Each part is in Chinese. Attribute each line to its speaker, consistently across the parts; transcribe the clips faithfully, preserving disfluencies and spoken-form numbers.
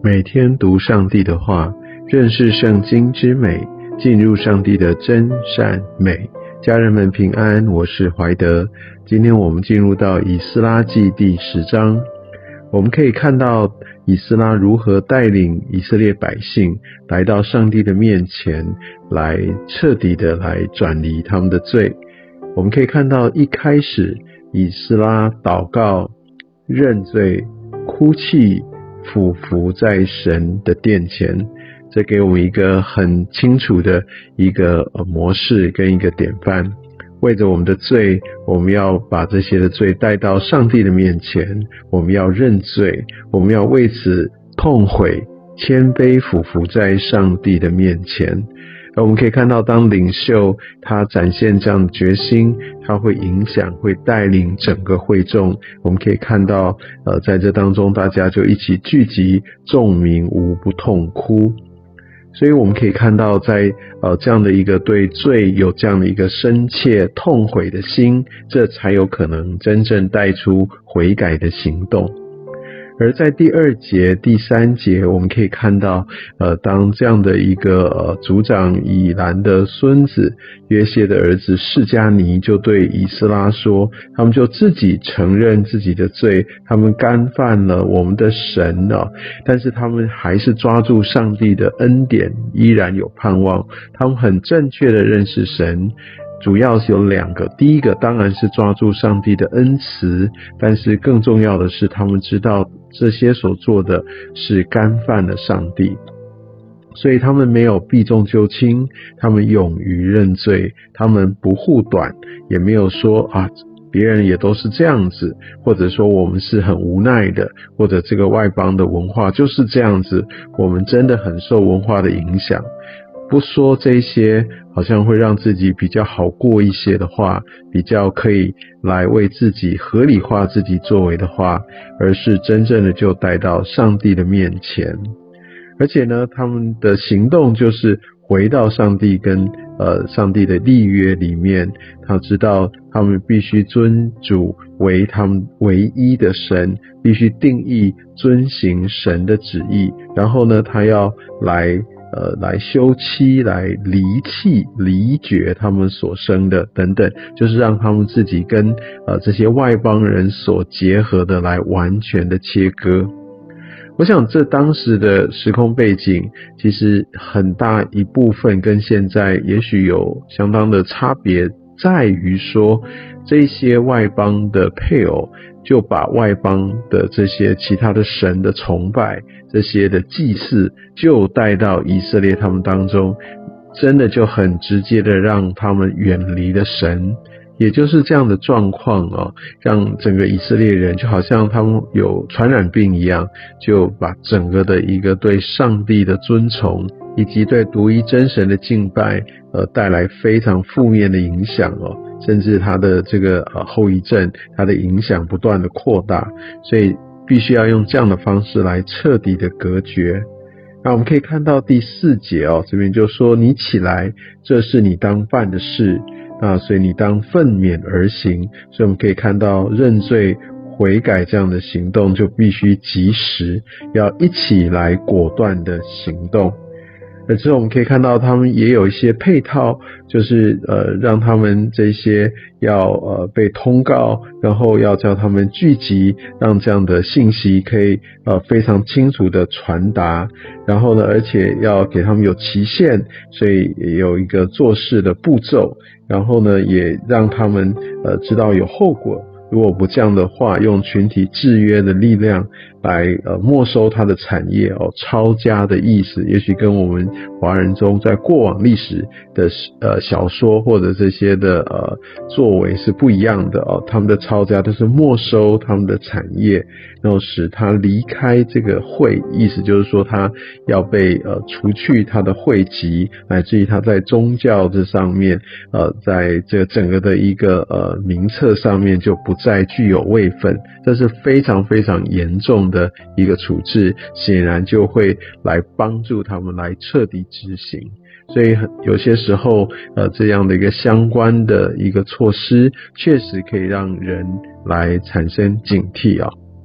Speaker 1: 每天读上帝的话，认识圣经之美，进入上帝的真善美。家人们平安，我是怀德。今天我们进入到以斯拉记第十章，我们可以看到以斯拉如何带领以色列百姓来到上帝的面前，来彻底的来转离他们的罪。我们可以看到一开始以斯拉祷告、认罪、哭泣、俯伏在神的殿前，这给我们一个很清楚的一个模式跟一个典范。为着我们的罪，我们要把这些的罪带到上帝的面前，我们要认罪，我们要为此痛悔，谦卑俯伏在上帝的面前。而我们可以看到，当领袖他展现这样的决心，他会影响，会带领整个会众。我们可以看到，呃，在这当中，大家就一起聚集，众民无不痛哭。所以我们可以看到在，在呃这样的一个对罪有这样的一个深切痛悔的心，这才有可能真正带出悔改的行动。而在第二节、第三节，我们可以看到，呃，当这样的一个呃族长以兰的孙子约谢的儿子示迦尼就对以斯拉说，他们就自己承认自己的罪，他们干犯了我们的神啊，但是他们还是抓住上帝的恩典，依然有盼望。他们很正确的认识神。主要是有两个，第一个当然是抓住上帝的恩慈，但是更重要的是他们知道这些所做的是干犯了上帝，所以他们没有避重就轻，他们勇于认罪，他们不护短，也没有说啊别人也都是这样子，或者说我们是很无奈的，或者这个外邦的文化就是这样子，我们真的很受文化的影响。不说这些好像会让自己比较好过一些的话，比较可以来为自己合理化自己作为的话，而是真正的就带到上帝的面前。而且呢，他们的行动就是回到上帝跟呃上帝的立约里面，他知道他们必须尊主为他们唯一的神，必须定义遵行神的旨意，然后呢，他要来呃，来休妻，来离弃、离绝他们所生的等等，就是让他们自己跟呃这些外邦人所结合的来完全的切割。我想这当时的时空背景其实很大一部分跟现在也许有相当的差别，在于说这些外邦的配偶就把外邦的这些其他的神的崇拜，这些的祭祀就带到以色列他们当中，真的就很直接的让他们远离了神。也就是这样的状况哦，让整个以色列人就好像他们有传染病一样，就把整个的一个对上帝的尊崇以及对独一真神的敬拜呃带来非常负面的影响哦，甚至他的这个呃后遗症，他的影响不断的扩大，所以必须要用这样的方式来彻底的隔绝。那我们可以看到第四节哦，这边就说你起来，这是你当办的事，那所以你当奋勉而行。所以我们可以看到认罪悔改这样的行动就必须及时，要一起来果断的行动。而之后我们可以看到他们也有一些配套，就是呃让他们这些要呃被通告，然后要叫他们聚集，让这样的信息可以呃非常清楚的传达，然后呢而且要给他们有期限，所以也有一个做事的步骤，然后呢也让他们呃知道有后果，如果不这样的话，用群体制约的力量来呃没收他的产业哦，抄家的意思，也许跟我们华人中在过往历史的呃小说或者这些的呃作为是不一样的哦。他们的抄家都是没收他们的产业，然后使他离开这个会，意思就是说他要被呃除去他的会籍，乃至于他在宗教这上面呃在这整个的一个呃名册上面就不再具有位分，这是非常非常严重的一个处置，显然就会来帮助他们来彻底执行。所以有些时候呃这样的一个相关的一个措施确实可以让人来产生警惕啊。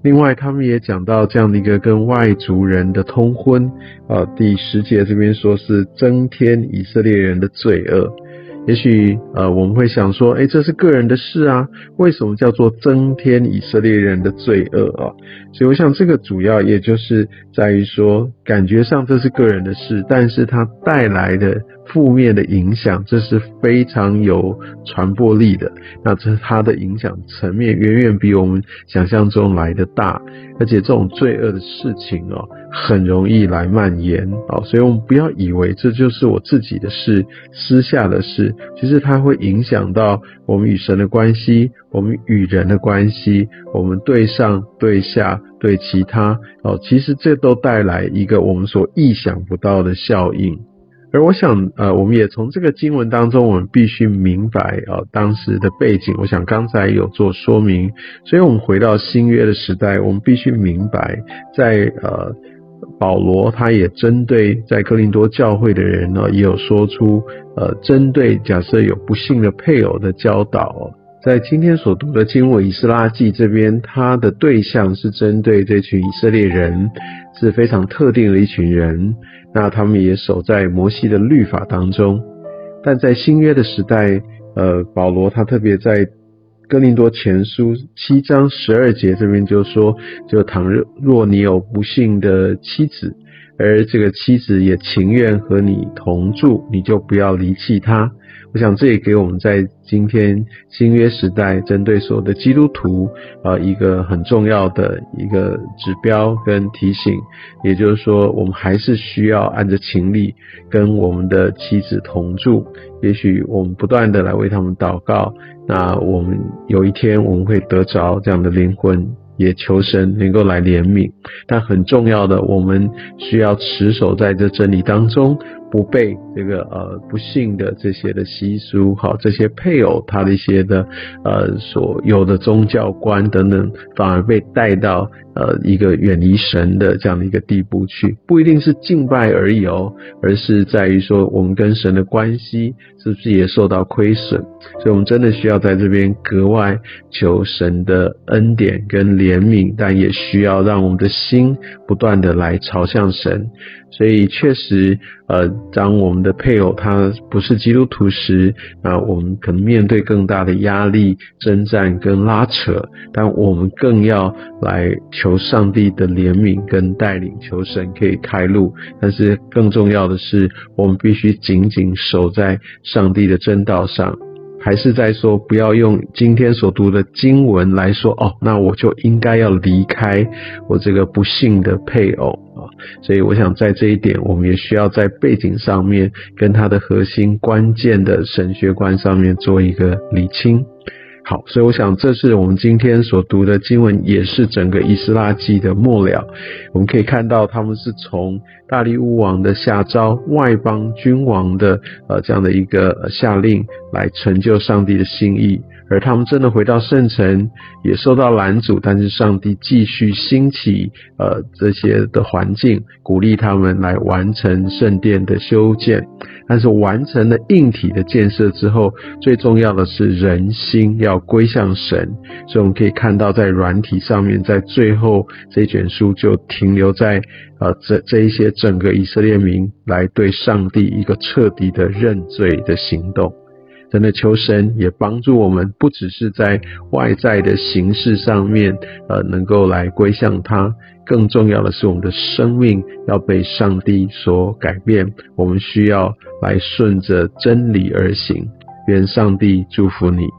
Speaker 1: 另外他们也讲到这样的一个跟外族人的通婚，呃，第十节这边说是增添以色列人的罪恶。也许呃我们会想说，诶，这是个人的事啊，为什么叫做增添以色列人的罪恶啊？所以我想这个主要也就是在于说，感觉上这是个人的事，但是它带来的负面的影响，这是非常有传播力的。那这它的影响层面远远比我们想象中来的大，而且这种罪恶的事情哦，很容易来蔓延哦。所以我们不要以为这就是我自己的事，私下的事，其实它会影响到我们与神的关系，我们与人的关系，我们对上对下对其他哦，其实这都带来一个我们所意想不到的效应。而我想呃，我们也从这个经文当中，我们必须明白呃当时的背景，我想刚才有做说明，所以我们回到新约的时代，我们必须明白在呃保罗他也针对在哥林多教会的人呢，也有说出呃针对假设有不幸的配偶的教导哦。在今天所读的经文以斯拉记这边，它的对象是针对这群以色列人，是非常特定的一群人，那他们也守在摩西的律法当中。但在新约的时代，呃，保罗他特别在哥林多前书七章十二节这边就说，就倘若你有不幸的妻子，而这个妻子也情愿和你同住，你就不要离弃她。我想这也给我们在今天新约时代针对所有的基督徒呃一个很重要的一个指标跟提醒，也就是说我们还是需要按着情理跟我们的妻子同住。也许我们不断的来为他们祷告，那我们有一天我们会得着这样的灵魂，也求神能够来怜悯。但很重要的，我们需要持守在这真理当中，不被这个呃不幸的这些的习俗，好，这些配偶他的一些的呃所有的宗教观等等，反而被带到呃一个远离神的这样的一个地步去。不一定是敬拜而已哦，而是在于说我们跟神的关系是不是也受到亏损。所以我们真的需要在这边格外求神的恩典跟怜悯，但也需要让我们的心不断的来朝向神。所以确实呃，当我们的配偶他不是基督徒时，那我们可能面对更大的压力、征战跟拉扯，但我们更要来求上帝的怜悯跟带领，求神可以开路。但是更重要的是，我们必须紧紧守在上帝的真道上。还是在说，不要用今天所读的经文来说，哦，那我就应该要离开我这个不幸的配偶啊。所以我想在这一点，我们也需要在背景上面跟它的核心关键的神学观上面做一个厘清。好，所以我想这是我们今天所读的经文，也是整个以斯拉记的末了。我们可以看到他们是从大利乌王的下诏，外邦君王的呃这样的一个下令来成就上帝的心意，而他们真的回到圣城，也受到拦阻，但是上帝继续兴起呃这些的环境，鼓励他们来完成圣殿的修建。但是完成了硬体的建设之后，最重要的是人心要归向神。所以我们可以看到在软体上面，在最后这一卷书就停留在呃这这一些整个以色列民来对上帝一个彻底的认罪的行动。真的求神也帮助我们，不只是在外在的形式上面呃能够来归向他，更重要的是我们的生命要被上帝所改变。我们需要来顺着真理而行。愿上帝祝福你。